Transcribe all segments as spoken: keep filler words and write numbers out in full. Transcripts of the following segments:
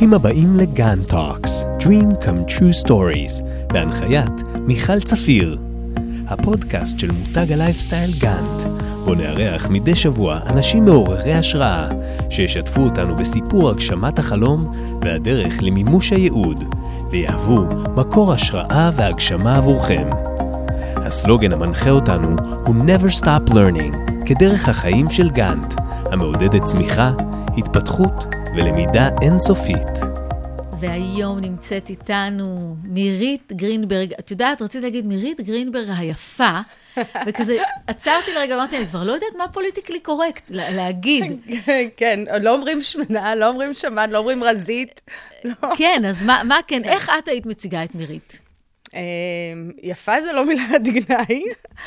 ברוכים הבאים לגן טוקס, Dream Come True Stories, בהנחיית מיכל צפיר. הפודקאסט של מותג הלייפסטייל גאנט, בו נארח מדי שבוע אנשים מעוררי השראה, שישתפו אותנו בסיפור הגשמת החלום והדרך למימוש הייעוד, ויהוו מקור השראה והגשמה עבורכם. הסלוגן המנחה אותנו הוא Never Stop Learning, כדרך החיים של גאנט, המעודדת צמיחה, התפתחות ולמידה אינסופית. והיום נמצאת איתנו מירית גרינברג. את יודעת, רציתי להגיד מירית גרינברג היפה, וכזה עצרתי לרגע, אמרתי, אני כבר לא יודעת מה פוליטיקלי קורקט להגיד. כן, לא אומרים שמנה, לא אומרים שמן, לא אומרים רזית. כן, אז מה, מה כן, איך את היית מציגה את מירית? יפה זה לא מילת גנאי.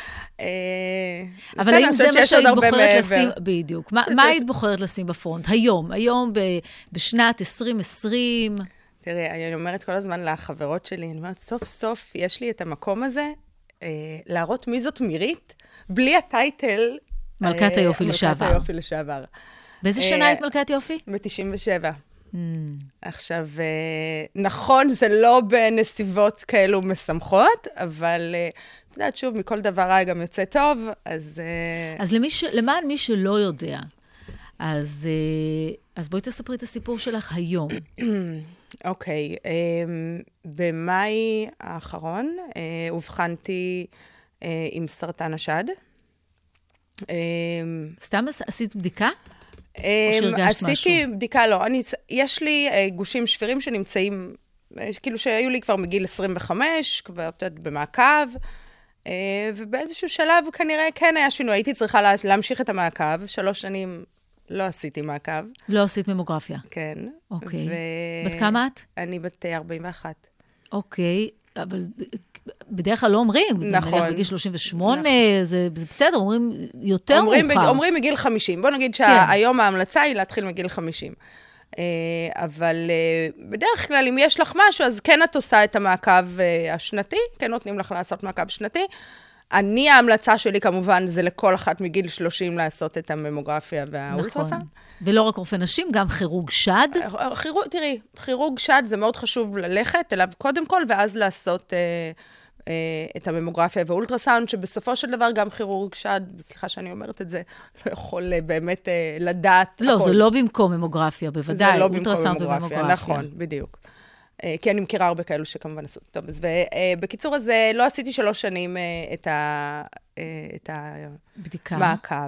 אבל האם זה מה שהיית בוחרת לשים, בדיוק, מה היית בוחרת לשים בפרונט? היום, היום בשנת עשרים עשרים. תראי, אני אומרת כל הזמן לחברות שלי, אני אומרת, סוף סוף יש לי את המקום הזה, להראות מי זאת מירית, בלי הטייטל. מלכת היופי לשעבר. מלכת היופי לשעבר. באיזה שנה היית מלכת יופי? ב-תשעים ושבע. עכשיו, נכון, זה לא בנסיבות כאלו משמחות, אבל את יודעת, שוב, מכל דבר רע גם יוצא טוב, אז... אז למען מי שלא יודע, אז בואי תספרי את הסיפור שלך היום. אוקיי, במאי האחרון הובחנתי עם סרטן השד. סתם עשית בדיקה? עשיתי בדיקה, לא. יש לי גושים שפירים שנמצאים, כאילו שהיו לי כבר מגיל עשרים וחמש, כבר במעקב, ובאיזשהו שלב כנראה כן היה שינוי. הייתי צריכה להמשיך את המעקב, שלוש שנים לא עשיתי מעקב. לא עשית ממוגרפיה? כן. אוקיי. בת כמה את? אני בת ארבעים ואחת. אוקיי, אבל... בדרך כלל לא אומרים, נכון. בגיל שלושים ושמונה, זה בסדר, אומרים יותר מאוחר. אומרים מגיל חמישים. בוא נגיד שהיום ההמלצה היא להתחיל מגיל חמישים. אבל בדרך כלל, אם יש לך משהו, אז כן את עושה את המעקב השנתי, כן נותנים לך לעשות מעקב שנתי. אני, ההמלצה שלי כמובן, זה לכל אחת מגיל שלושים לעשות את הממוגרפיה והאולטרסאונד. נכון. ולא רק רופא נשים, גם כירורג שד. כירורג, תראי, כירורג שד זה מאוד חשוב ללכת אליו קודם כל, ואז לעשות אה, אה, את הממוגרפיה והאולטרסאונד, שבסופו של דבר גם כירורג שד, סליחה שאני אומרת את זה, לא יכול אה, באמת אה, לדעת לא, הכל. זה לא במקום ממוגרפיה, בוודאי. זה לא במקום ממוגרפיה, נכון, בדיוק. כי אני מכירה הרבה כאלו שכמובן עשו. טוב, אז בקיצור הזה, לא עשיתי שלוש שנים את המעקב,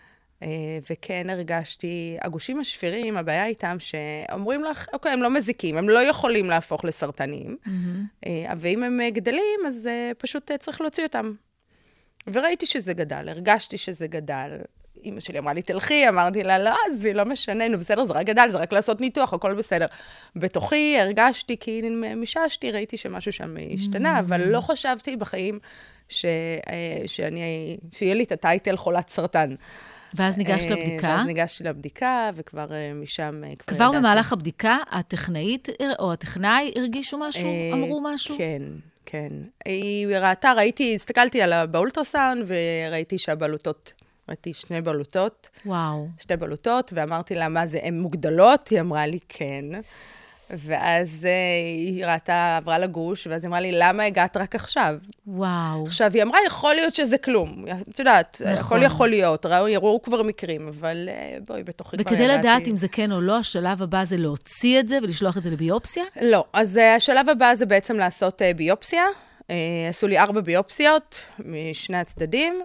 וכן הרגשתי, הגושים השפירים, הבעיה איתם שאומרים לך, אוקיי, הם לא מזיקים, הם לא יכולים להפוך לסרטנים, ואם הם גדלים, אז פשוט צריך להוציא אותם. וראיתי שזה גדל, הרגשתי שזה גדל. אמא שלי אמרה לי, תלכי, אמרתי לה, לא, זה לא משנה, נו, בסדר, זה רק גדל, זה רק לעשות ניתוח, הכל בסדר. בתוכי הרגשתי, כי מששתי, ראיתי שמשהו שם השתנה, אבל לא חשבתי בחיים ש... שאני... שיהיה לי את הטייטל חולת סרטן. ואז ניגשת לבדיקה? ואז ניגשתי לבדיקה, וכבר משם... כבר במהלך הבדיקה, הטכנאית או הטכנאי הרגישו משהו? אמרו משהו? כן, כן. היא ראתה, ראיתי, הסתכלתי על באולטרסאונד, וראיתי שהבלוטות... ראיתי שני בלוטות. וואו. שתי בלוטות, ואמרתי לה, מה זה, הן מוגדלות? היא אמרה לי, כן. ואז היא ראתה, עברה לגוש, ואז היא אמרה לי, למה הגעת רק עכשיו? וואו. עכשיו, היא אמרה, יכול להיות שזה כלום. את יודעת, נכון. הכל יכול להיות, ראו, יראו כבר מקרים, אבל בואי, בתוכי כבר ידעתי. וכדי לדעת אם זה כן או לא, השלב הבא זה להוציא את זה ולשלוח את זה לביופסיה? לא, אז השלב הבא זה בעצם לעשות ביופסיה. עשו לי ארבע ביופסיות משני הצדדים.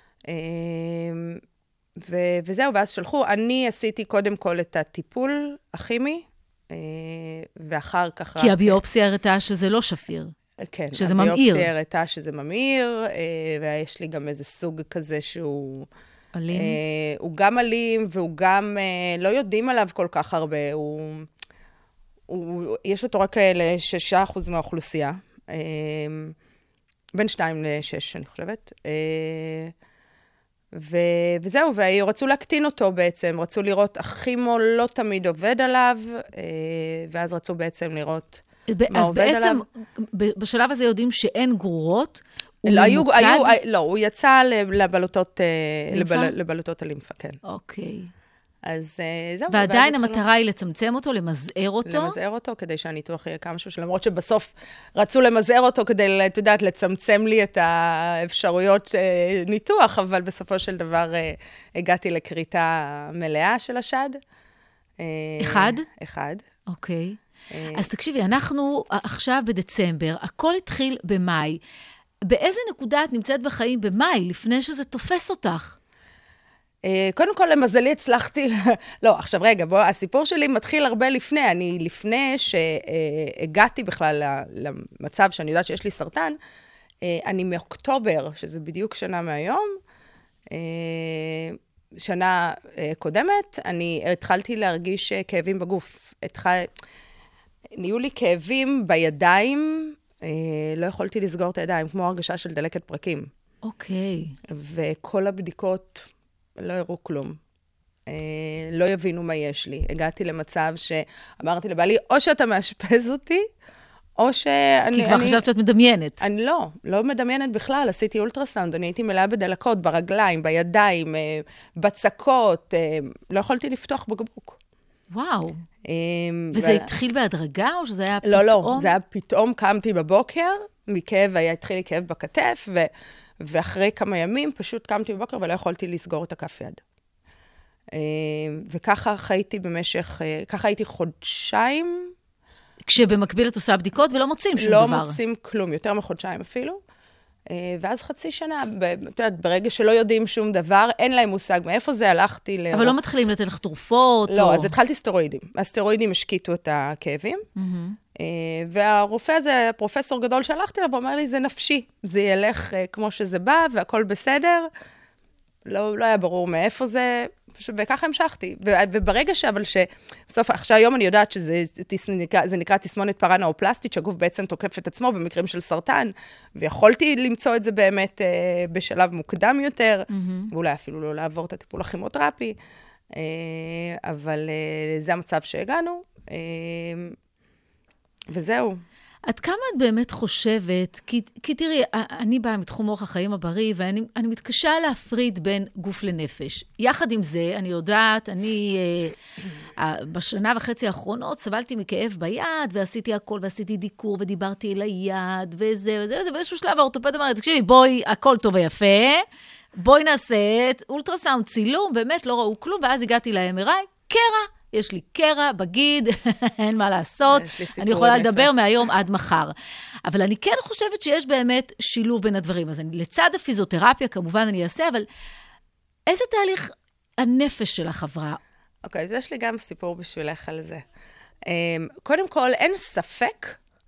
ו- וזהו, ואז שלחו. אני עשיתי קודם כל את הטיפול הכימי, ואחר כך... כי הביופסיה הראתה שזה לא שפיר. כן. שזה ממאיר. הביופסיה הראתה שזה ממאיר, ויש לי גם איזה סוג כזה שהוא... אלים? הוא גם אלים, והוא גם... לא יודעים עליו כל כך הרבה. הוא... הוא... יש אותו רק ל-שישה אחוז מהאוכלוסייה. בין שתיים לשש, אני חושבת. ו... וזהו, ורצו להקטין אותו בעצם, רצו לראות, הכימו לא תמיד עובד עליו, ואז רצו בעצם לראות ב- מה עובד עליו. אז בעצם, בשלב הזה יודעים שאין גרורות, הוא לא, ממוקד? היו, היו, לא, הוא יצא לבלוטות, לבל, לבלוטות הלימפה, כן. אוקיי. אז זהו. ועדיין המטרה היא לצמצם אותו, למזער אותו? למזער אותו, כדי שהניתוח יהיה כמה שהוא, למרות שבסוף רצו למזער אותו כדי, את יודעת, לצמצם לי את האפשרויות ניתוח, אבל בסופו של דבר הגעתי לקריטה מלאה של השד. אחד? אחד. אוקיי. אז תקשיבי, אנחנו עכשיו בדצמבר, הכל התחיל במאי. באיזה נקודה את נמצאת בחיים במאי, לפני שזה תופס אותך? קודם כל, למזלי הצלחתי, לא, עכשיו רגע, בוא, הסיפור שלי מתחיל הרבה לפני, אני לפני שהגעתי בכלל למצב שאני יודעת שיש לי סרטן, אני מאוקטובר, שזה בדיוק שנה מהיום, שנה קודמת, אני התחלתי להרגיש כאבים בגוף. התחל... נהיו לי כאבים בידיים, לא יכולתי לסגור את הידיים, כמו הרגשה של דלקת פרקים. אוקיי. וכל הבדיקות לא הראו כלום. לא יבינו מה יש לי. הגעתי למצב שאמרתי לבעלי, או שאתה מאשפז אותי, או שאני... כי כבר חשבת שאת מדמיינת. אני לא, לא מדמיינת בכלל. עשיתי אולטרסאונד, אני הייתי מלאה בדלקות, ברגליים, בידיים, בצקות. לא יכולתי לפתוח בגבוק. וואו. וזה התחיל בהדרגה, או שזה היה פתאום? לא, לא, זה היה פתאום, קמתי בבוקר, מכאב, היה התחיל לי כאב בכתף, ואחרי כמה ימים פשוט קמתי בבוקר ולא יכולתי לסגור את הכף יד. וככה חייתי במשך, ככה הייתי חודשיים. כשבמקביל את עושה בדיקות ולא מוצאים שום לא דבר. לא מוצאים כלום, יותר מחודשיים אפילו. ואז חצי שנה, ברגע שלא יודעים שום דבר, אין להם מושג מאיפה זה, הלכתי ל... אבל לא מתחילים לתת לך תרופות? לא, אז התחלתי סטרואידים. הסטרואידים השקיטו את הכאבים, והרופא הזה, הפרופסור גדול שהלכתי אליו, הוא אומר לי, זה נפשי, זה ילך כמו שזה בא, והכל בסדר. לא, לא היה ברור מאיפה זה, וככה המשכתי. וברגע שאבל שבסוף, עכשיו היום אני יודעת שזה זה נקרא תסמונת פרנאופלסטית, שהגוף בעצם תוקף את עצמו במקרים של סרטן, ויכולתי למצוא את זה באמת בשלב מוקדם יותר, ואולי אפילו לא לעבור את הטיפול הכימותרפי, אבל זה המצב שהגענו, וזהו. עד כמה את באמת חושבת, כי, כי תראי, אני באה מתחום אורח החיים הבריא, ואני אני מתקשה להפריד בין גוף לנפש. יחד עם זה, אני יודעת, אני אה, בשנה וחצי האחרונות סבלתי מכאב ביד, ועשיתי הכל, ועשיתי דיקור, ודיברתי אל היד, וזה וזה, וזה, באיזשהו שלב האורתופד אמר, תקשיבי, בואי, הכל טוב ויפה, בואי נעשה אולטרסאונד צילום, באמת לא ראו כלום, ואז הגעתי ל-אם אר איי, קרע. יש לי קרע בגיד, אין מה לעשות, אני יכולה לדבר מהיום עד מחר. אבל אני כן חושבת שיש באמת שילוב בין הדברים. אז אני, לצד הפיזיותרפיה, כמובן אני אעשה, אבל איזה תהליך הנפש שלך עברה? אוקיי, אז יש לי גם סיפור בשבילך על זה. קודם כל, אין ספק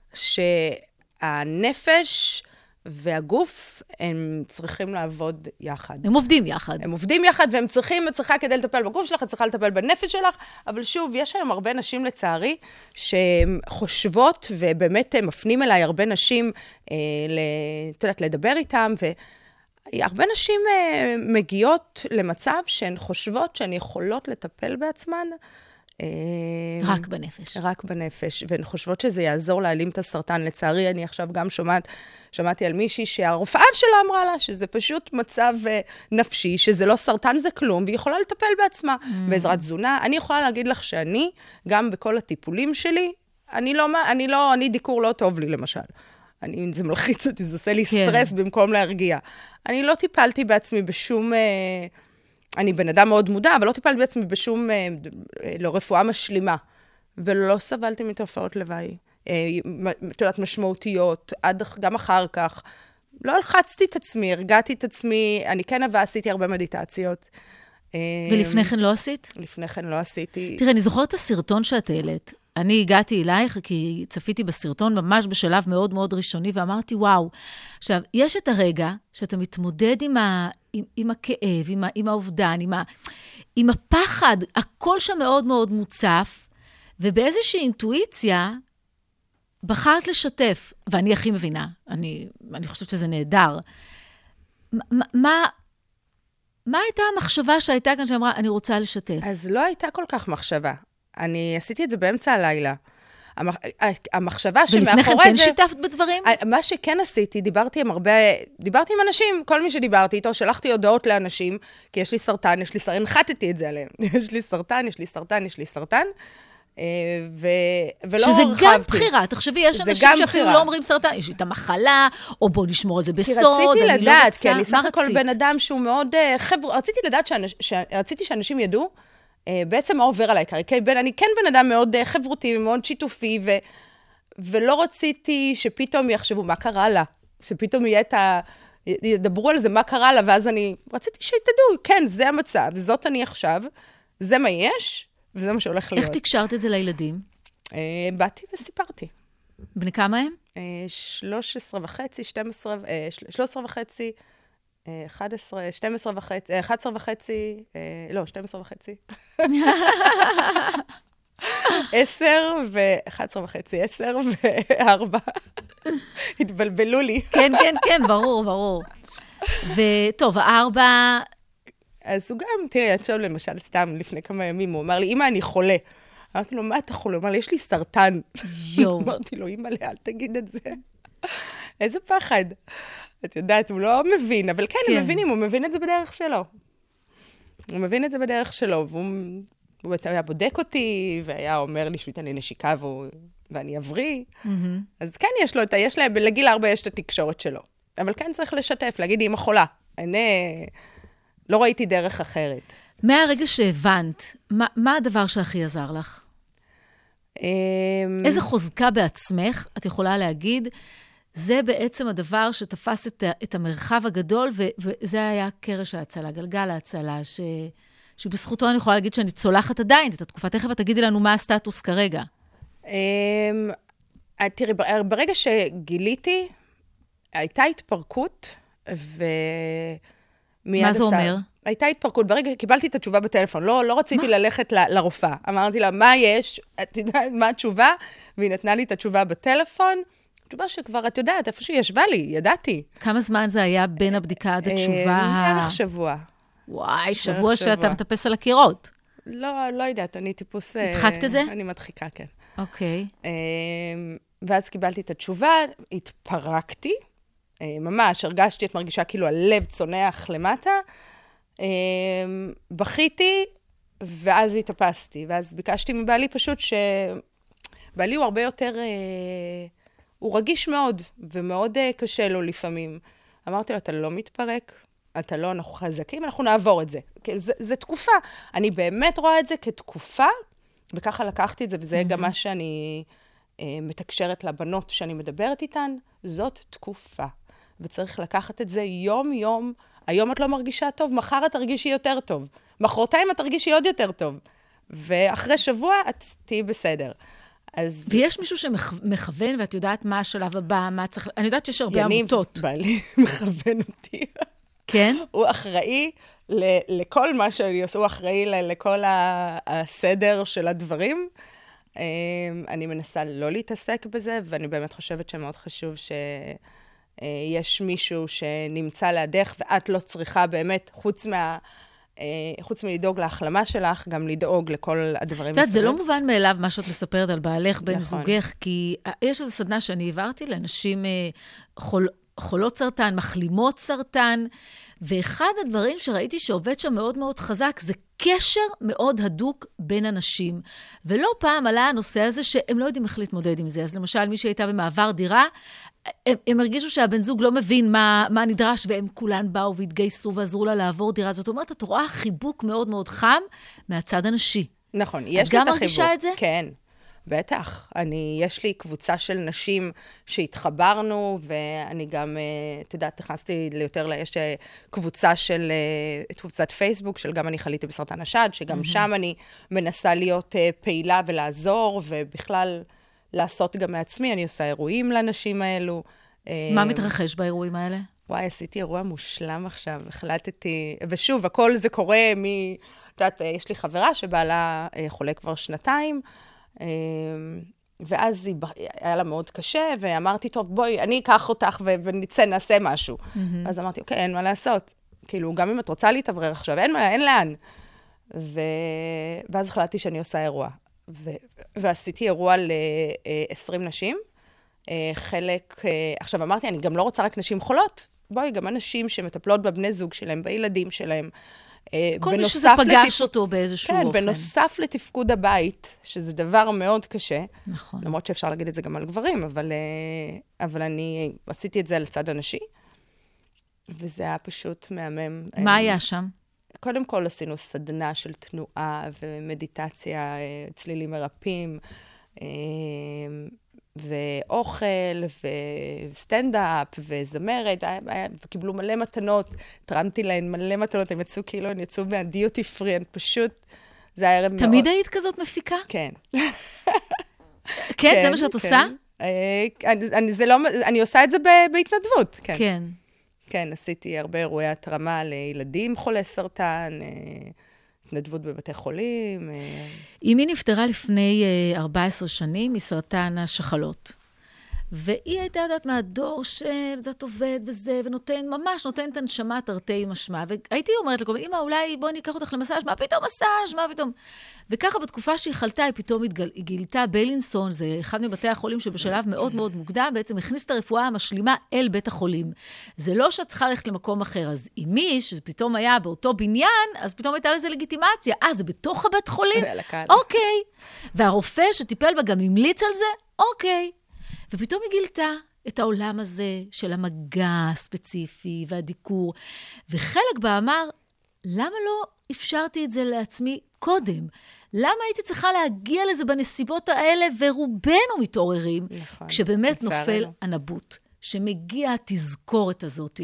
שהנפש והגוף, הם צריכים לעבוד יחד. הם עובדים יחד. הם עובדים יחד, והם צריכים, צריכה כדי לטפל בגוף שלך, צריכה לטפל בנפש שלך, אבל שוב, יש היום הרבה נשים לצערי, שחושבות, ובאמת מפנים אליי הרבה נשים, אה, את יודעת, לדבר איתם, והרבה נשים אה, מגיעות למצב שהן חושבות שהן יכולות לטפל בעצמן, רק בנפש. רק בנפש, והן חושבות שזה יעזור להעלים את הסרטן. לצערי, אני עכשיו גם שומעת, שמעתי על מישהי שהרופאה שלה אמרה לה, שזה פשוט מצב נפשי, שזה לא סרטן, זה כלום, והיא יכולה לטפל בעצמה בעזרת תזונה. אני יכולה להגיד לך שאני, גם בכל הטיפולים שלי, אני לא, אני לא, אני דיקור לא טוב לי, למשל. אני, זה מלחיץ אותי, זה עושה לי סטרס במקום להרגיע. אני לא טיפלתי בעצמי בשום... אני בן אדם מאוד מודע, אבל לא טיפלתי בעצמי בשום, לא רפואה משלימה, ולא סבלתי מתופעות לוואי, את יודעת, משמעותיות, עד, גם אחר כך. לא הלחצתי את עצמי, הרגעתי את עצמי, אני כן אבל עשיתי הרבה מדיטציות. ולפני כן לא עשית? לפני כן לא עשיתי. תראה, אני זוכרת את הסרטון שאת העלית. אני הגעתי אלייך כי צפיתי בסרטון ממש בשלב מאוד מאוד ראשוני, ואמרתי, וואו, עכשיו, יש את הרגע שאתה מתמודד עם, ה, עם, עם הכאב, עם, ה, עם האובדן, עם, ה, עם הפחד, הכל שם מאוד מאוד מוצף, ובאיזושהי אינטואיציה, בחרת לשתף, ואני הכי מבינה, אני, אני חושבת שזה נהדר. מה, מה, מה הייתה המחשבה שהייתה כאן שאמרה, אני רוצה לשתף? אז לא הייתה כל כך מחשבה. אני עשיתי את זה באמצע הלילה. המחשבה שמאחורי זה... ולפני כן כן שיתפת בדברים? מה שכן עשיתי, דיברתי עם הרבה, דיברתי עם אנשים, כל מי שדיברתי איתו, שלחתי הודעות לאנשים, כי יש לי סרטן, יש לי סרטן, הנחתתי את זה עליהם. יש לי סרטן, יש לי סרטן, יש לי סרטן. ו... ולא שזה הרחבתי. גם בחירה, תחשבי, יש אנשים שאפילו בחירה. לא אומרים סרטן, יש לי את המחלה, או בוא נשמור על זה בסוד, כי רציתי אני לדעת, לא רוצה, כי אני סך הכל רצית? בן אדם שהוא מאוד חבר... רציתי לדעת, שאנש... ש... רציתי שאנשים ידעו, בעצם מה עובר עליי, כי אני כן בן אדם מאוד חברותי, מאוד שיתופי, ו... ולא רציתי שפתאום יחשבו מה קרה לה, שפתאום יהיה את ה... ידברו על זה, מה קרה לה, ואז אני רציתי שתדעו, כן, זה המצב, זאת אני עכשיו, זה מה יש, וזה מה שהולך להיות. איך תקשרת את זה לילדים? אה, באתי וסיפרתי. בני כמה הם? אה, שלוש עשרה וחצי, שתים עשרה, אה, שלוש עשרה וחצי, אה, אחת עשרה, שתים עשרה וחצי, אה, אחת עשרה וחצי, אה, לא, שתים עשרה וחצי. עשר ו-אחת עשרה וחצי, עשר וארבע. התבלבלו לי. כן, כן, כן, ברור, ברור. וטוב, הארבע... אז הוא גם, תראי, עכשיו למשל, סתם לפני כמה ימים, הוא אמר לי, אמא, אני חולה. אמרתי לו, מה אתה חולה? הוא אמר לי, יש לי סרטן. יו. אמרתי לו, אמא, אל תגיד את זה. איזה פחד. את יודעת, הוא לא מבין, אבל כן, הם מבינים, הוא מבין את זה בדרך שלו. הוא מבין את זה בדרך שלו, והוא... הוא היה בודק אותי, והיה אומר לי שהוא ייתן לי נשיקה, והוא... ואני אבריא. Mm-hmm. אז כן, יש לו את ה... יש להם, לגיל ארבע יש את התקשורת שלו. אבל כן צריך לשתף, להגיד, אמא חולה. אני... לא ראיתי דרך אחרת. מהרגע שהבנת, מה, מה הדבר שהכי עזר לך? איזה חוזקה בעצמך, את יכולה להגיד, זה בעצם הדבר שתפס את, את המרחב הגדול, ו, וזה היה קרש ההצלה, גלגל ההצלה, ש... שבזכותו אני יכולה להגיד שאני צולחת עדיין את התקופה. תכף תגידי לנו מה הסטטוס כרגע. תראי, ברגע שגיליתי, הייתה התפרקות, ו... מה זה אומר? הייתה התפרקות. ברגע קיבלתי את התשובה בטלפון, לא, לא רציתי ללכת לרופאה. אמרתי לה, מה יש? את יודעת, מה התשובה? והיא נתנה לי את התשובה בטלפון. תשובה שכבר, את יודעת, איפה שהיא ישבה לי, ידעתי. כמה זמן זה היה בין הבדיקה עד התשובה? בערך שבוע. וואי, שבוע שאתה מטפס על הקירות. לא, לא יודעת, אני טיפוס... הדחקת את זה? אני מדחיקה, כן. אוקיי. ואז קיבלתי את התשובה, התפרקתי, ממש, הרגשתי, את מרגישה כאילו הלב צונח למטה, בכיתי, ואז התאפסתי, ואז ביקשתי מבעלי פשוט ש... בעלי הוא הרבה יותר... הוא רגיש מאוד, ומאוד קשה לו לפעמים. אמרתי לו, אתה לא מתפרק? אתה לא, אנחנו חזקים, אנחנו נעבור את זה. זה, זה תקופה. אני באמת רואה את זה כתקופה, וככה לקחתי את זה, וזה mm-hmm. גם מה שאני אה, מתקשרת לבנות שאני מדברת איתן, זאת תקופה. וצריך לקחת את זה יום-יום. היום את לא מרגישה טוב, מחר את תרגישי יותר טוב. מחרתיים את תרגישי עוד יותר טוב. ואחרי שבוע את תהיי בסדר. אז... ויש מישהו שמכוון, ואת יודעת מה השלב הבא, מה צריך... אני יודעת שיש הרבה עמותות. בעלי מכוון אותי. כן? הוא אחראי ל- לכל מה שאני עושה, הוא אחראי ל- לכל הסדר של הדברים. אני מנסה לא להתעסק בזה, ואני באמת חושבת שמאוד חשוב שיש מישהו שנמצא לידך, ואת לא צריכה באמת, חוץ מה... חוץ מלדאוג להחלמה שלך, גם לדאוג לכל הדברים. את יודעת, זה לא מובן מאליו מה שאת מספרת על בעלך, בן זוגך, כי יש איזו סדנה שאני העברתי לאנשים חול, חולות סרטן, מחלימות סרטן, ואחד הדברים שראיתי שעובד שם מאוד מאוד חזק, זה קשר מאוד הדוק בין אנשים. ולא פעם עלה הנושא הזה שהם לא יודעים איך להתמודד עם זה. אז למשל, מי שהייתה במעבר דירה, הם, הם הרגישו שהבן זוג לא מבין מה, מה נדרש, והם כולן באו והתגייסו ועזרו לה לעבור דירה. זאת אומרת, את רואה חיבוק מאוד מאוד חם מהצד הנשי. נכון, יש לי את החיבוק. את גם מרגישה את זה? כן. בטח, אני, יש לי קבוצה של נשים שהתחברנו, ואני גם, את יודעת, נכנסתי ליותר, יש קבוצה של, קבוצת פייסבוק, של גם אני חליתי בסרטן השד, שגם mm-hmm. שם אני מנסה להיות פעילה ולעזור, ובכלל לעשות גם מעצמי, אני עושה אירועים לנשים האלו. מה מתרחש באירועים האלה? וואי, עשיתי אירוע מושלם עכשיו, החלטתי, ושוב, הכל זה קורה מ... את יודעת, יש לי חברה שבעלה חולה כבר שנתיים, ואז היה לה מאוד קשה, ואמרתי, טוב, בואי, אני אקח אותך ונצא, נעשה משהו. Mm-hmm. אז אמרתי, אוקיי, אין מה לעשות. כאילו, גם אם את רוצה להתעברר עכשיו, אין, אין לאן. ו... ואז החלטתי שאני עושה אירוע. ו- ועשיתי אירוע ל-עשרים נשים. חלק, עכשיו אמרתי, אני גם לא רוצה רק נשים חולות. בואי, גם אנשים שמטפלות בבני זוג שלהם, בילדים שלהם. כל מי שזה פגש לתפ... אותו באיזשהו כן, אופן. כן, בנוסף לתפקוד הבית, שזה דבר מאוד קשה. נכון. למרות שאפשר להגיד את זה גם על גברים, אבל, אבל אני עשיתי את זה על צד הנשי. וזה היה פשוט מהמם. מה היה שם? קודם כל עשינו סדנה של תנועה ומדיטציה, צלילים מרפאים, ואוכל, וסטנדאפ, וזמרת, וקיבלו מלא מתנות, תרמתי להן מלא מתנות, הם יצאו כאילו, הם יצאו מהדיוטי פרי, אני פשוט, זה היה ערב מאוד... תמיד היית כזאת מפיקה? כן. כן, זה מה שאת עושה? אני עושה את זה בהתנדבות, כן. כן. כן, עשיתי הרבה אירועי התרמה לילדים חולי סרטן, התנדבות בבתי חולים. אמי נפטרה לפני ארבע עשרה שנים מסרטן השחלות. והיא הייתה יודעת מהדור של זאת עובד וזה, ונותן, ממש נותן את הנשמה תרתי משמע. והייתי אומרת לכל, אמא, אולי בואי ניקח אותך למסאז', מה פתאום מסאז', מה פתאום? וככה בתקופה שהיא חלתה, היא פתאום התגל, היא גילתה בלינסון, זה אחד מבתי החולים שבשלב מאוד מאוד מוקדם, בעצם הכניס את הרפואה המשלימה אל בית החולים. זה לא שאת צריכה ללכת למקום אחר. אז אמי, שפתאום היה באותו בניין, אז פתאום הייתה לזה לגיטימציה. אה, זה בתוך הבית חולים? אוקיי. והרופא שטיפל בה גם המליץ על זה? אוקיי. ופתאום היא גילתה את העולם הזה של המגע הספציפי והדיקור. וחלק בה אמר, למה לא אפשרתי את זה לעצמי קודם? למה הייתי צריכה להגיע לזה בנסיבות האלה, ורובנו מתעוררים, נכון, כשבאמת נופל הנבוט, שמגיע התזכורת הזאת.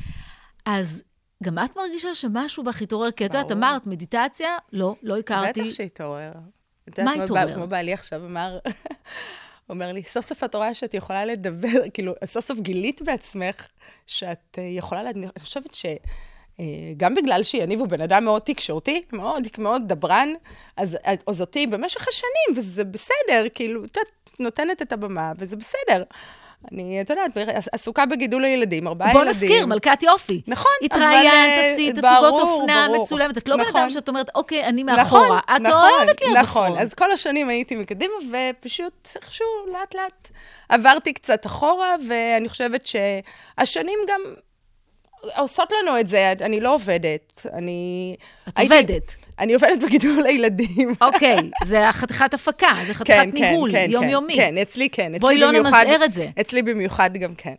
אז גם את מרגישה שמשהו בך התעורר, כי את יודעת, אמרת, מדיטציה? לא, לא הכרתי. בטח שהתעורר. מה התעורר? כמו בעלי עכשיו אמר... אומר לי, סוף סוף את רואה שאת יכולה לדבר, כאילו, סוף סוף גילית בעצמך, שאת יכולה, אני חושבת שגם בגלל שיניב הוא בן אדם מאוד תקשורתי, מאוד, מאוד דברן, אז, אז אותי במשך השנים, וזה בסדר, כאילו, את נותנת את הבמה, וזה בסדר. אני, אתה יודעת, עסוקה בגידול הילדים, ארבעה ילדים. בוא נזכיר, מלכת יופי. נכון. התראיינת, עשית, הצגות אופנה, מצולמת. את לא בן אדם שאת אומרת, אוקיי, אני מאחורה. את אוהבת לי מאחורה. נכון, אז כל השנים הייתי מקדימה, ופשוט איכשהו לאט לאט עברתי קצת אחורה, ואני חושבת שהשנים גם עושות לנו את זה. אני לא עובדת. אני... את עובדת. אני עובדת בגידול הילדים. אוקיי, זה חתיכת הפקה, זה חתיכת ניהול, יומיומי. כן, אצלי כן. בואי לא נמזער את זה. אצלי במיוחד גם כן.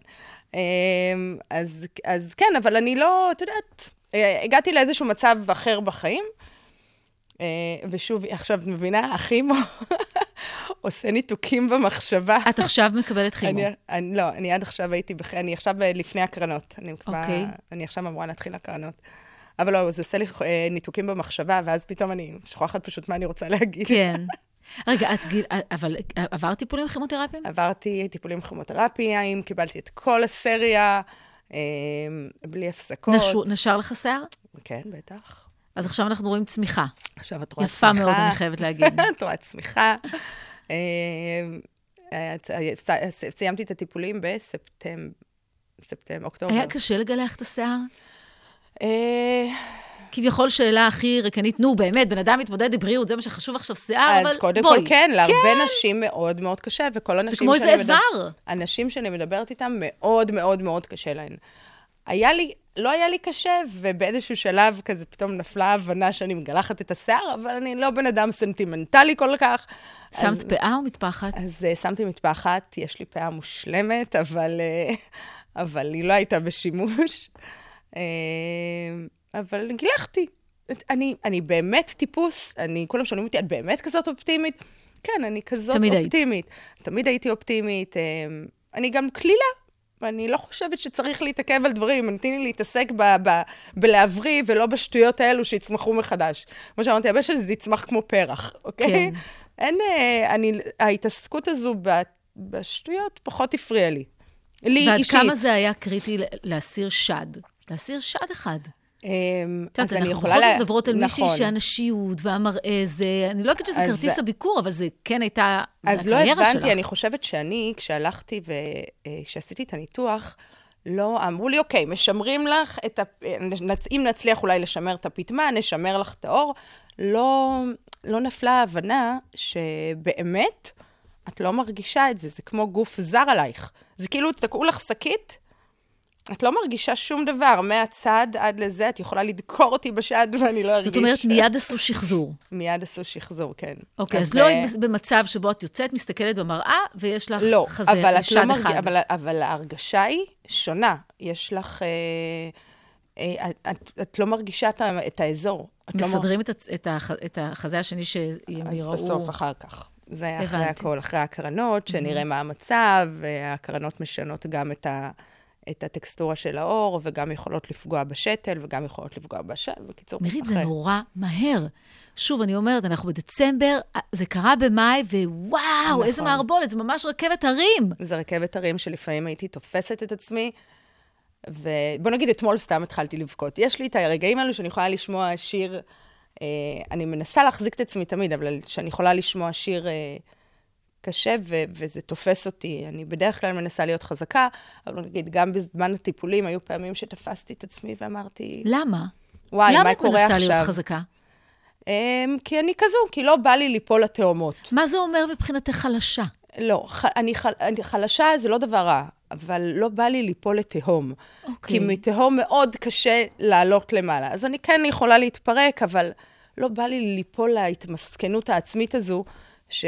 אז כן, אבל אני לא, את יודעת, הגעתי לאיזשהו מצב אחר בחיים, ושוב, עכשיו את מבינה, הכימו עושה ניתוקים במחשבה. את עכשיו מקבלת כימו? לא, אני עד עכשיו הייתי, אני עכשיו לפני הקרנות. אני עכשיו אמורה להתחיל הקרנות. אבל לא, זה עושה לי ניתוקים במחשבה, ואז פתאום אני שוכחת פשוט מה אני רוצה להגיד. כן. רגע, את גיל, אבל עברת טיפולים כימותרפיים? עברתי טיפולים כימותרפיים, קיבלתי את כל הסריה, בלי הפסקות. נשר לך שיער? כן, בטח. אז עכשיו אנחנו רואים צמיחה. עכשיו את רואה צמיחה. יפה מאוד, אני חייבת להגיד. את רואה צמיחה. סיימתי את הטיפולים בספטמבר, ספטמבר, אוקטובר. היה קשה לגלח את השיער? כביכול שאלה הכי רקנית, נו באמת, בן אדם מתמודד בבריאות, זה מה שחשוב עכשיו שיער, אבל בואי. אז קודם כל כן, להרבה נשים מאוד מאוד קשה, וכל אנשים שאני מדברת... זה כמו איזה איבר. אנשים שאני מדברת איתם מאוד מאוד מאוד קשה להן. היה לי, לא היה לי קשה, ובאיזשהו שלב כזה פתאום נפלה הבנה שאני מגלחת את השיער, אבל אני לא בן אדם סנטימנטלי כל כך. שמת פאה או מטפחת? אז שמתי מטפחת, יש לי פאה מושלמת, אבל, אבל היא לא הייתה בשימוש. אבל גילחתי. אני, אני באמת טיפוס, אני, כולם שואלים אותי, את באמת כזאת אופטימית? כן, אני כזאת תמיד אופטימית. היית. תמיד הייתי אופטימית. אני גם כלילה, ואני לא חושבת שצריך להתעכב על דברים, נתני לי להתעסק ב- ב- בלהבריא, ולא בשטויות האלו שיצמחו מחדש. כמו שאמרתי, הרבה שזה יצמח כמו פרח, אוקיי? כן. אין, אני, ההתעסקות הזו בשטויות פחות הפריעה לי. לי ועד אישית. כמה זה היה קריטי להסיר שד? להסיר שד אחד. אז אני אנחנו בכל זאת מדברות על מישהי שהנשיות והמראה זה, אני לא אגיד שזה כרטיס הביקור, אבל זה כן הייתה הקריירה שלך. אז לא הבנתי, אני חושבת שאני, כשהלכתי וכשעשיתי את הניתוח, לא, אמרו לי, אוקיי, משמרים לך את ה... אם נצליח אולי לשמר את הפתמה, נשמר לך את האור, לא... לא נפלה ההבנה שבאמת את לא מרגישה את זה, זה כמו גוף זר עלייך. זה כאילו, תקעו לך שקית, את לא מרגישה שום דבר, מהצד עד לזה, את יכולה לדקור אותי בשד ואני לא ארגיש. זאת אומרת, מיד עשו שחזור. מיד עשו שחזור, כן. אוקיי, אז לא היית במצב שבו את יוצאת, מסתכלת במראה, ויש לך חזה, שד אחד. לא, אבל ההרגשה היא שונה. יש לך, את לא מרגישה את האזור. מסדרים את החזה השני שהם יראו. אז בסוף אחר כך. זה היה אחרי הכל, אחרי ההקרנות, שנראה מה המצב, וההקרנות משנות גם את ה... את הטקסטורה של האור, וגם יכולות לפגוע בשתל, וגם יכולות לפגוע בשל, בקיצור. מירית, זה נורא מהר. שוב, אני אומרת, אנחנו בדצמבר, זה קרה במאי, ווואו, איזה מערבולת, זה ממש רכבת הרים. זה רכבת הרים שלפעמים הייתי תופסת את עצמי, ובוא נגיד, אתמול סתם התחלתי לבכות. יש לי את הרגעים האלו שאני יכולה לשמוע שיר, אני מנסה להחזיק את עצמי תמיד, אבל שאני יכולה לשמוע שיר קשה, ו- וזה תופס אותי. אני בדרך כלל מנסה להיות חזקה, אבל נגיד, גם בזמן הטיפולים, היו פעמים שתפסתי את עצמי ואמרתי... למה? וואי, מה קורה עכשיו? למה את מנסה להיות חזקה? Um, כי אני כזו, כי לא בא לי ליפול לתאומות. מה זה אומר מבחינתך חלשה? לא, ח- אני, ח- אני, חלשה זה לא דבר רע, אבל לא בא לי ליפול לתהום. Okay. כי מתהום מאוד קשה לעלות למעלה. אז אני כן יכולה להתפרק, אבל לא בא לי ליפול להתמסכנות העצמית הזו, ש...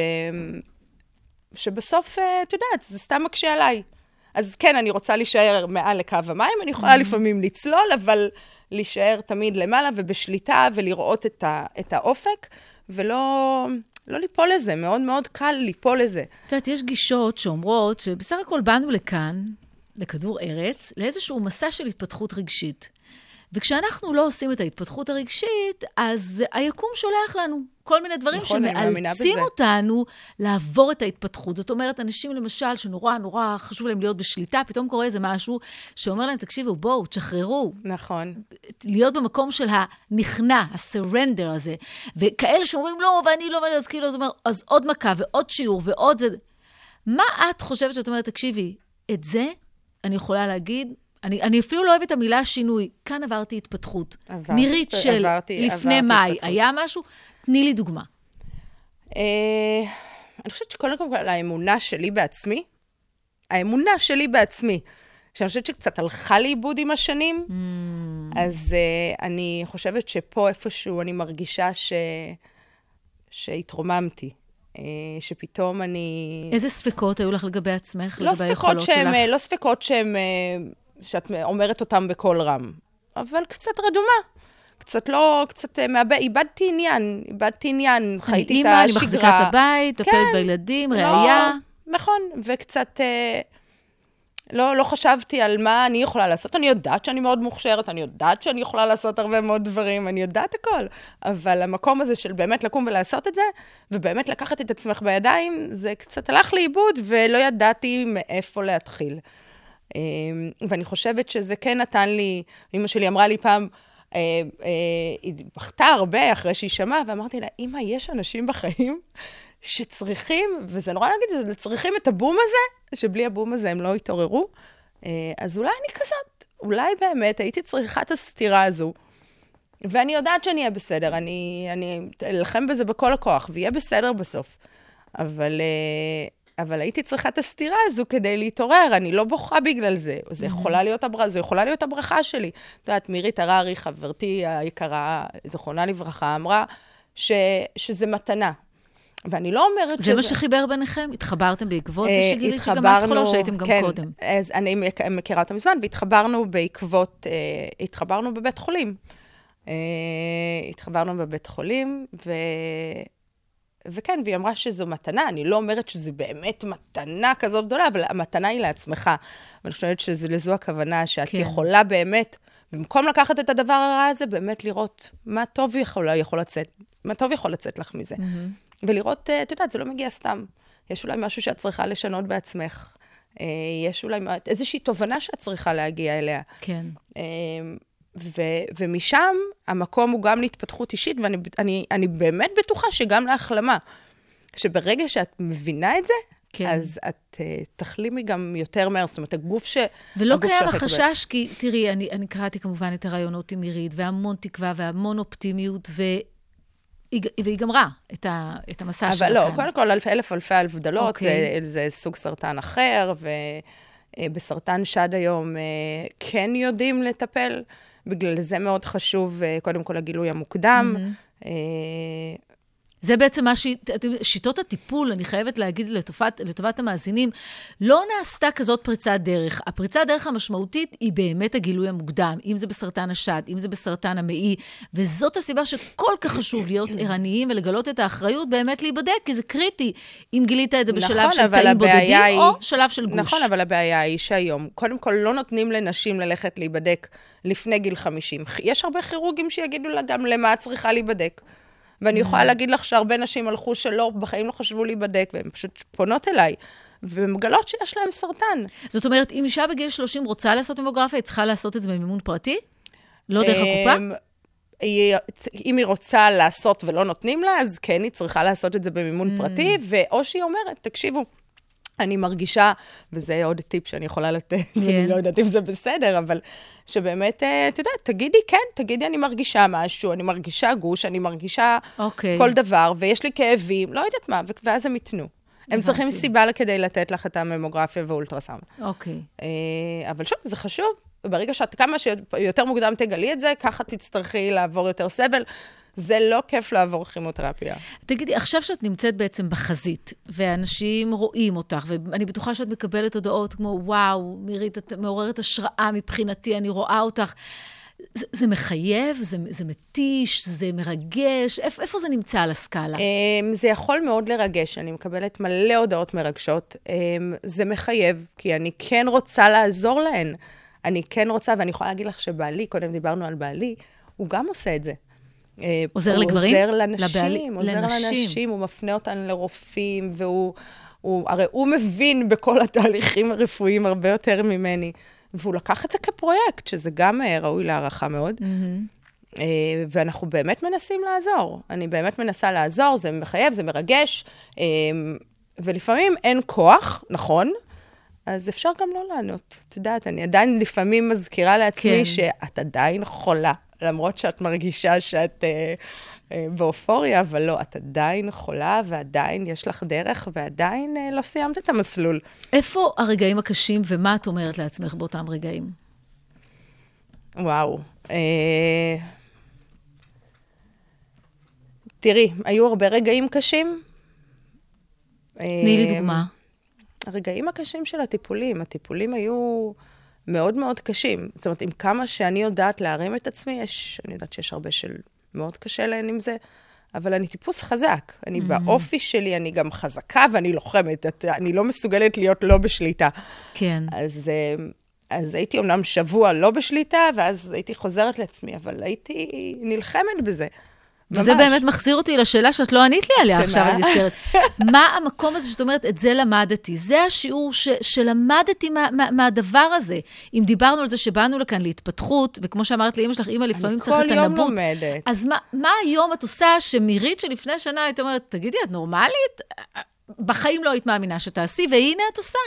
שבסוף, את יודעת, זה סתם מקשה עליי. אז כן, אני רוצה להישאר מעל לקו המים, אני יכולה mm-hmm. לפעמים לצלול, אבל להישאר תמיד למעלה ובשליטה, ולראות את, ה, את האופק, ולא לא ליפול לזה, מאוד מאוד קל ליפול לזה. את יודעת, יש גישות שאומרות שבסך הכל באנו לכאן, לכדור ארץ, לאיזשהו מסע של התפתחות רגשית. וכשאנחנו לא עושים את ההתפתחות הרגשית, אז היקום שולח לנו כל מיני דברים נכון, שמאלצים אותנו לעבור את ההתפתחות. זאת אומרת, אנשים למשל שנורא נורא חשוב להם להיות בשליטה, פתאום קורה איזה משהו שאומר להם, תקשיבו, בואו, תשחררו. נכון. להיות במקום של הנכנע, הסרנדר הזה. וכאלה שאומרים, לא, ואני לא, אז כאילו, אז עוד מכה ועוד שיעור ועוד... מה את חושבת שאת אומרת, תקשיבי, את זה אני יכולה להגיד, אני, אני אפילו לא אוהבת את המילה שינוי. כאן עברתי התפתחות. עבר, מירית של עברתי, לפני עברתי מאי. התפתחות. היה משהו? תני לי דוגמה. אה, אני חושבת שקודם כל האמונה שלי בעצמי, האמונה שלי בעצמי, שאני חושבת שקצת הלכה לאיבוד עם השנים, mm. אז אה, אני חושבת שפה איפשהו אני מרגישה ש... שהתרוממתי. אה, שפתאום אני... איזה ספקות היו לך לגבי עצמך? לא לגבי היכולות שהם, שלך? לא ספקות שהם... שאת אומרת אותם בכל רם, אבל קצת רדומה, קצת לא, קצת מאבד, איבדתי עניין, איבדתי עניין, חייתי את השגרה. אני מחזיקה את הבית, טפלת כן, בילדים, לא, ראייה. נכון, וקצת אה, לא, לא חשבתי על מה אני יכולה לעשות. אני יודעת שאני מאוד מוכשרת, אני יודעת שאני יכולה לעשות הרבה מאוד דברים, אני יודעת הכל, אבל המקום הזה של באמת לקום ולעשות את זה, ובאמת לקחת את עצמך בידיים, זה קצת הלך לאיבוד, ולא ידעתי מאיפה להתחיל. ואני חושבת שזה כן נתן לי, אמא שלי אמרה לי פעם, היא בכתה הרבה אחרי שהיא שמעה, ואמרתי לה, אמא, יש אנשים בחיים שצריכים, וזה נורא להגיד, צריכים את הבום הזה, שבלי הבום הזה הם לא יתעוררו, אז אולי אני כזאת, אולי באמת הייתי צריכה את הסתירה הזו, ואני יודעת שאני אהיה בסדר, אני, אני אלחם בזה בכל הכוח, ויהיה בסדר בסוף, אבל... אבל הייתי צריכה את הסתירה הזו כדי להתעורר, אני לא בוכה בגלל זה. זה יכולה להיות הברכה, זו יכולה להיות הברכה שלי. את יודעת, מירית הררי, חברתי היקרה, זכרונה לברכה, אמרה ש, שזה מתנה. ואני לא אומרת זה שזה... זה מה שחיבר ביניכם? התחברתם בעקבות? זה שגילית שגם את חולה, שהייתם גם כן, קודם. אז אני מכירה אותם מזמן, והתחברנו בעקבות, התחברנו בבית חולים. התחברנו בבית חולים, ו... וכן, והיא אמרה שזו מתנה, אני לא אומרת שזו באמת מתנה כזאת גדולה, אבל המתנה היא לעצמך. ואני חושבת שלזו הכוונה, שאת כן. יכולה באמת, במקום לקחת את הדבר הרע הזה, באמת לראות מה טוב יכול, יכול לצאת, מה טוב יכול לצאת לך מזה. Mm-hmm. ולראות, את יודעת, זה לא מגיע סתם. יש אולי משהו שאת צריכה לשנות בעצמך. יש אולי איזושהי תובנה שאת צריכה להגיע אליה. כן. ו- ומשם המקום הוא גם להתפתחות אישית, ואני אני, אני באמת בטוחה שגם להחלמה. שברגע שאת מבינה את זה, כן. אז את uh, תחלימי גם יותר מהר, זאת אומרת, הגוף ש... ולא קיים החשש, כי תראי, אני, אני קראתי כמובן את הרעיונות עם מירית, והמון תקווה והמון אופטימיות, והיא גמרה את, ה, את המסע שלה כאן. אבל לא, כאן. קודם כל אלף אלף אלפי הבדלות, okay. זה, זה סוג סרטן אחר, ובסרטן שד היום כן יודעים לטפל, בגלל זה מאוד חשוב, קודם כל הגילוי המוקדם. Mm-hmm. זה בעצם מה ש... שיטות הטיפול, אני חייבת להגיד לטובת, לטובת המאזינים, לא נעשתה כזאת פריצת דרך. הפריצת דרך המשמעותית היא באמת הגילוי המוקדם, אם זה בסרטן השד, אם זה בסרטן המעי, וזאת הסיבה שכל כך חשוב להיות ערניים ולגלות את האחריות באמת להיבדק, כי זה קריטי, אם גילית את זה בשלב נכון, של תאים בודדים, היא... או שלב של גוש. נכון, אבל הבעיה היא שהיום, קודם כל לא נותנים לנשים ללכת להיבדק לפני גיל חמישים. יש הרבה כירורגים שיגידו לה גם למה את צריכה להיבדק. ואני יכולה להגיד לך שהרבה נשים הלכו שלא, בחיים לא חשבו להיבדק, והן פשוט פונות אליי, ומגלות שיש להם סרטן. זאת אומרת, אם אישה בגיל שלושים רוצה לעשות ממוגרפיה, היא צריכה לעשות את זה במימון פרטי? לא דרך הקופה? אם היא רוצה לעשות ולא נותנים לה, אז כן, היא צריכה לעשות את זה במימון פרטי, ואו שהיא אומרת, תקשיבו, אני מרגישה, וזה עוד טיפ שאני יכולה לתת, אני לא יודעת אם זה בסדר, אבל שבאמת, אתה יודע, תגידי כן, תגידי אני מרגישה משהו, אני מרגישה גוש, אני מרגישה כל דבר, ויש לי כאבים, לא יודעת מה, ואז הם יתנו. הם צריכים סיבה כדי לתת לך את הממוגרפיה ואולטרסאונד. אוקיי. אבל שוב, זה חשוב, ברגע שאת כמה שיותר מוקדם תגלי את זה, ככה תצטרכי לעבור יותר סבל, זה לא כיף לעבור כימותרפיה. תגידי, עכשיו שאת נמצאת בעצם בחזית, ואנשים רואים אותך, ואני בטוחה שאת מקבלת הודעות כמו, וואו, מירית, את מעוררת השראה מבחינתי, אני רואה אותך. זה, זה מחייב, זה, זה מתיש, זה מרגש, איפ, איפה זה נמצא על הסקאלה? זה יכול מאוד לרגש, אני מקבלת מלא הודעות מרגשות. זה מחייב, כי אני כן רוצה לעזור להן. אני כן רוצה, ואני יכולה להגיד לך שבעלי, קודם דיברנו על בעלי, הוא גם עושה את זה. עוזר לגברים? עוזר לנשים, עוזר לנשים, הוא מפנה אותן לרופאים, והוא, הוא, הרי הוא מבין בכל התהליכים הרפואיים הרבה יותר ממני, והוא לקח את זה כפרויקט, שזה גם ראוי להערכה מאוד, mm-hmm. ואנחנו באמת מנסים לעזור. אני באמת מנסה לעזור, זה מחייב, זה מרגש, ולפעמים אין כוח, נכון, אז אפשר גם לא לענות. את יודעת, אני עדיין לפעמים מזכירה לעצמי כן. שאת עדיין חולה. למרות שאת מרגישה שאת אה, אה, באופוריה, אבל לא, את עדיין חולה, ועדיין יש לך דרך, ועדיין אה, לא סיימת את המסלול. איפה הרגעים הקשים, ומה את אומרת לעצמך באותם רגעים? וואו. אה, תראי, היו הרבה רגעים קשים. תני לי דוגמה. הרגעים הקשים של הטיפולים, הטיפולים היו... מאוד מאוד קשים. זאת אומרת, עם כמה שאני יודעת להרים את עצמי, יש, אני יודעת שיש הרבה של מאוד קשה להן עם זה, אבל אני טיפוס חזק. אני mm-hmm. באופי שלי, אני גם חזקה ואני לוחמת. את, אני לא מסוגלת להיות לא בשליטה. כן. אז, אז הייתי אומנם שבוע לא בשליטה, ואז הייתי חוזרת לעצמי, אבל הייתי נלחמת בזה. וזה ממש. באמת מחזיר אותי לשאלה שאת לא ענית לי עליה עכשיו, אני נזכרת. מה המקום הזה שאת אומרת, את זה למדתי? זה השיעור ש, שלמדתי מה, מה, מהדבר הזה. אם דיברנו על זה שבאנו לכאן להתפתחות, וכמו שאמרת לאמא שלך, אמא לפעמים צריך את הנבוט. כל יום לומדת. אז מה, מה היום את עושה שמירית שלפני שנה היית אומרת, תגידי, את נורמלית? בחיים לא היית מאמינה שתעשי, והנה את עושה.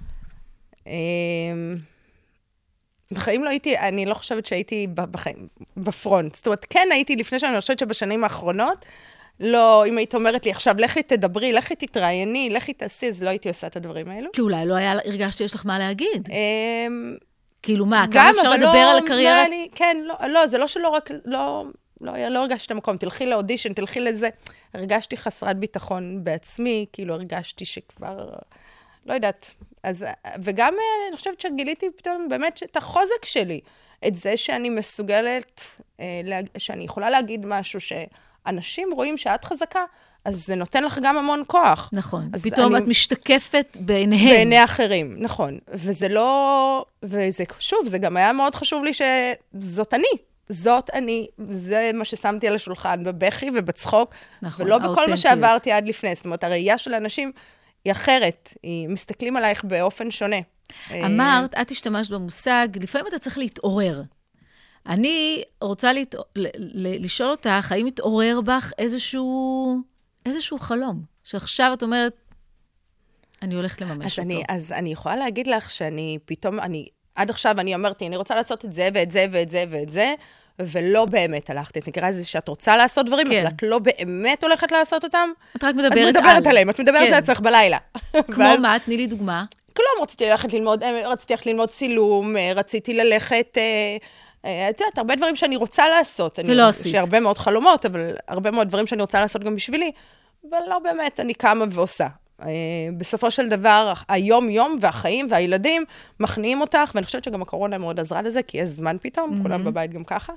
בחיים לא הייתי, אני לא חושבת שהייתי בחיים, בפרונט. זאת אומרת, כן הייתי לפני שאני חושבת שבשנים האחרונות, לא, אם היית אומרת לי עכשיו, לכי תדברי, לכי תתראייני, לכי תעשי, אז לא הייתי עושה את הדברים האלו. כי אולי לא היה, הרגשת שיש לך מה להגיד. כאילו מה, כמה אפשר לדבר על הקריירה? כן, לא, זה לא שלא רק, לא, לא הרגשתי את המקום, תלכי לאודישן, תלכי לזה. הרגשתי חסרת ביטחון בעצמי, כאילו הרגשתי שכבר... לא יודעת. אז, וגם אני חושבת שגיליתי פתאום באמת את החוזק שלי, את זה שאני מסוגלת, שאני יכולה להגיד משהו שאנשים רואים שאת חזקה, אז זה נותן לך גם המון כוח. נכון. פתאום אני, את משתקפת בעיניהם. בעיני אחרים, נכון. וזה לא, וזה שוב, זה גם היה מאוד חשוב לי שזאת אני. זאת אני, זה מה ששמתי על השולחן, בבכי ובצחוק, נכון, ולא בכל מה שעברתי עד לפני. זאת אומרת, הראייה של האנשים, היא אחרת, היא מסתכלים עלייך באופן שונה. אמרת, את השתמשת במושג, לפעמים אתה צריך להתעורר. אני רוצה להת... לשאול אותך, האם מתעורר בך איזשהו, איזשהו חלום, שעכשיו את אומרת, אני הולכת לממש אז אותו. אני, אז אני יכולה להגיד לך שאני פתאום, אני, עד עכשיו אני אמרתי, אני רוצה לעשות את זה ואת זה ואת זה ואת זה, ולא באמת הלכתי. את נקרא איזה שאת רוצה לעשות דברים, כן. אבל את לא באמת הולכת לעשות אותם. את רק מדברת, את מדברת על... עליהם, את מדברת כן. לעצמך בלילה. כמו ואז... מה? תני לי דוגמה. כלום, רציתי ללכת ללמוד, רציתי ללכת ללמוד צילום, רציתי ללכת... את יודעת, הרבה דברים שאני רוצה לעשות. ולא עשית. יש לי הרבה מאוד חלומות, אבל הרבה מאוד דברים שאני רוצה לעשות גם בשבילי, אבל לא באמת, אני קמה ועושה. בסופו של דבר, היום-יום והחיים והילדים מכניעים אותך, ואני חושבת שגם הקורונה מאוד עזרה לזה, כי יש זמן פתאום, mm-hmm. כולם בבית גם ככה.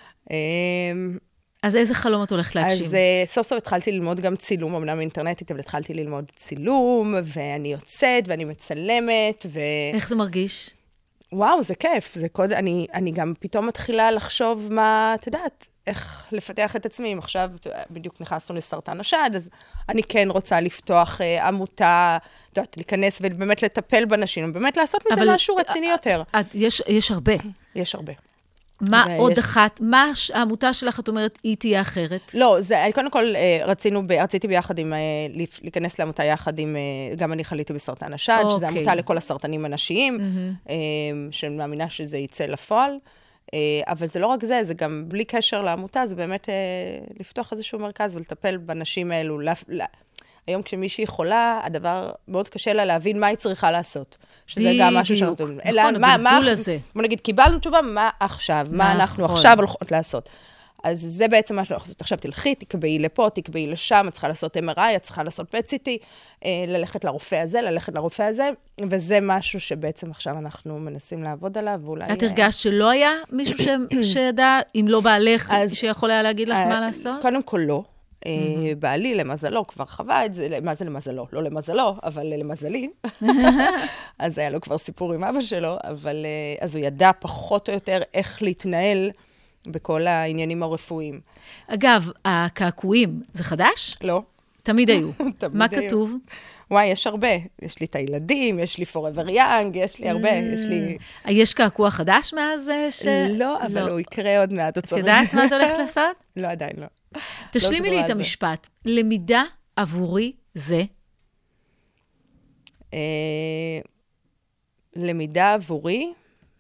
אז איזה חלום את הולכת להגשים? אז סוף סוף התחלתי ללמוד גם צילום, אמנם אינטרנטית, אבל התחלתי ללמוד צילום, ואני יוצאת, ואני מצלמת, ו... איך זה מרגיש? וואו, זה כיף. זה קוד, אני, אני גם פתאום מתחילה לחשוב מה, את יודעת, איך לפתח את עצמי. אם עכשיו בדיוק נכנסנו לסרטן השד, אז אני כן רוצה לפתוח אה, עמותה, את יודעת, להיכנס ובאמת לטפל באנשים, ובאמת לעשות מזה אבל, משהו רציני יותר. את, יש, יש הרבה. יש הרבה. מה עוד יש... אחת? מה העמותה שלך, את אומרת, היא תהיה אחרת? לא, זה, קודם כל, רצינו, רציתי ביחד עם, להיכנס לעמותה יחד עם, גם אני חליתי בסרטן השד, שזה עמותה לכל הסרטנים הנשיים, שאני מאמינה שזה יצא לפועל, אבל זה לא רק זה, זה גם בלי קשר לעמותה, זה באמת לפתוח איזשהו מרכז ולטפל בנשים האלו. היום כשמישהי חולה, הדבר מאוד קשה לה להבין מה היא צריכה לעשות. שזה גם משהו שאנחנו... נכון, הבלבול הזה. בוא נגיד, קיבלנו תשובה, מה עכשיו? מה אנחנו עכשיו הולכות לעשות? אז זה בעצם מה שאנחנו לעשות. עכשיו תלכי, תקבעי לפה, תקבעי לשם, את צריכה לעשות אם אר איי, את צריכה לעשות פט סי טי, ללכת לרופא הזה, ללכת לרופא הזה, וזה משהו שבעצם עכשיו אנחנו מנסים לעבוד עליו, ואולי... את הרגשת שלא היה מישהו שידע, אם לא בעלך, שיכול היה להגיד לך מה לעשות? קודם כל לא. בעלי, למזלו, כבר חווה את זה, מה זה למזלו? לא למזלו, אבל למזלי. אז היה לו כבר סיפור עם אבא שלו, אבל אז הוא ידע פחות או יותר איך להתנהל בכל העניינים הרפואיים. אגב, הקעקועים, זה חדש? לא. תמיד היו. מה כתוב? וואי, יש הרבה. יש לי את הילדים, יש לי forever young, יש לי הרבה, יש לי... יש קעקוע חדש מאז ש... לא, אבל הוא יקרה עוד מעט. את יודעת מה את הולכת לעשות? לא, עדיין לא. תשלימי לי את המשפט. למידה עבורי זה? למידה עבורי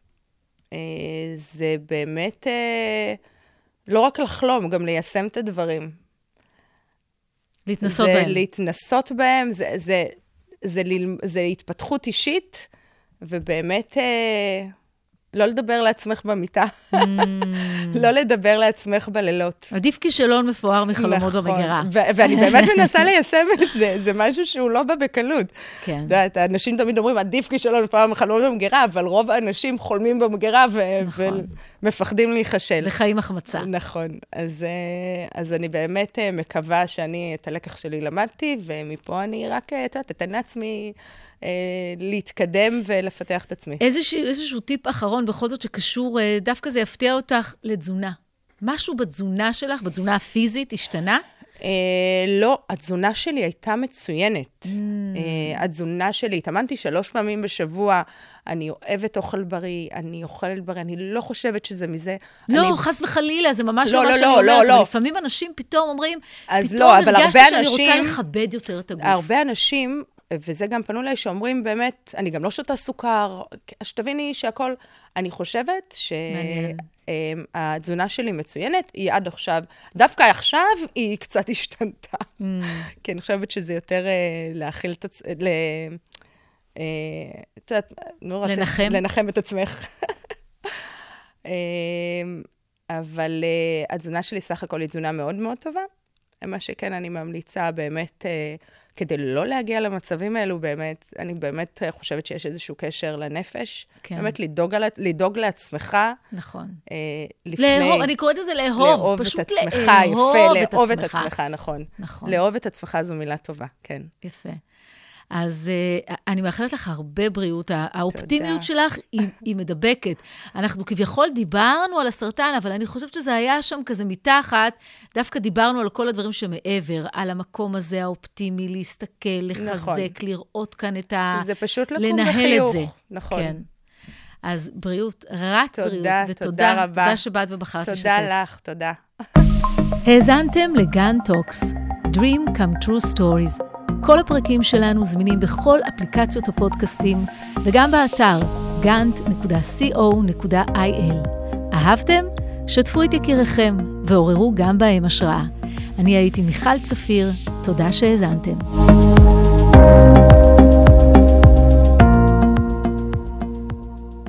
זה באמת לא רק לחלום, גם ליישם את הדברים. להתנסות בהם. להתנסות בהם, זה, זה, זה, זה התפתחות אישית, ובאמת לא לדבר לעצמך במיטה. לא לדבר לעצמך בלילות. עדיף כישלון מפואר מחלומות במגירה. ואני באמת מנסה ליישם את זה, זה משהו שהוא לא בא בקלות. כן. האנשים תמיד אומרים, עדיף כישלון מפואר מחלומות במגירה, אבל רוב האנשים חולמים במגירה ומפחדים להיחשל. וחיים החמצה. נכון. אז אני באמת מקווה שאני את הלקח שלי למדתי, ומפה אני רק, אתן לעצמי להתקדם ולפתח את עצמי. איזשהו טיפ אחרון בכל זאת שקשור, דווקא זה יפתיע אותך לתזונה. משהו בתזונה שלך, בתזונה הפיזית, השתנה? לא, התזונה שלי הייתה מצוינת. התזונה שלי, התאמנתי שלוש פעמים בשבוע, אני אוהבת אוכל בריא, אני אוכלת בריא, אני לא חושבת שזה מזה. לא, חס וחלילה, זה ממש לא מה שאני אומרת, אבל לפעמים אנשים פתאום אומרים, פתאום הרגשתי שאני רוצה לכבד יותר את הגוף. הרבה אנשים, וזה גם פנו לי שאומרים באמת, אני גם לא שותה סוכר, שתביני שהכל, אני חושבת שהתזונה שלי מצוינת, היא עד עכשיו, דווקא עכשיו היא קצת השתנתה. כי אני חושבת שזה יותר להכיל את עצמך, לנחם. לנחם את עצמך. אבל התזונה שלי סך הכל היא תזונה מאוד מאוד טובה. מה שכן אני ממליצה באמת, כדי לא להגיע למצבים האלו, באמת, אני באמת חושבת שיש איזשהו קשר לנפש. כן. באמת לדאוג, לדאוג לעצמך. נכון. לפני... לאהוב, אני קוראת לזה לאהוב. לאהוב פשוט את עצמך, לאהוב יפה, את לאהוב עצמך. את עצמך, נכון. נכון. לאהוב את עצמך זו מילה טובה, כן. יפה. אז uh, אני מאחלת לך הרבה בריאות. האופטימיות שלך היא, היא מדבקת. אנחנו כביכול דיברנו על הסרטן, אבל אני חושבת שזה היה שם כזה מתחת, דווקא דיברנו על כל הדברים שמעבר, על המקום הזה האופטימי, להסתכל, לחזק, נכון. לראות כאן את ה... זה פשוט לקום לנהל בחיוך. את זה. נכון. כן. אז בריאות, רק תודה, בריאות. ותודה, תודה רבה. תודה שבאת ובחרת לשתף. תודה לך, תודה. האזנתם לגן טוקס, Dream Come True Stories. כל הפרקים שלנו זמינים בכל אפליקציות הפודקאסטים, וגם באתר גאנט נקודה סי או נקודה איי אל. אהבתם? שתפו את יקיריכם ועוררו גם בהם השראה. אני הייתי מיכל צפיר, תודה שהאזנתם.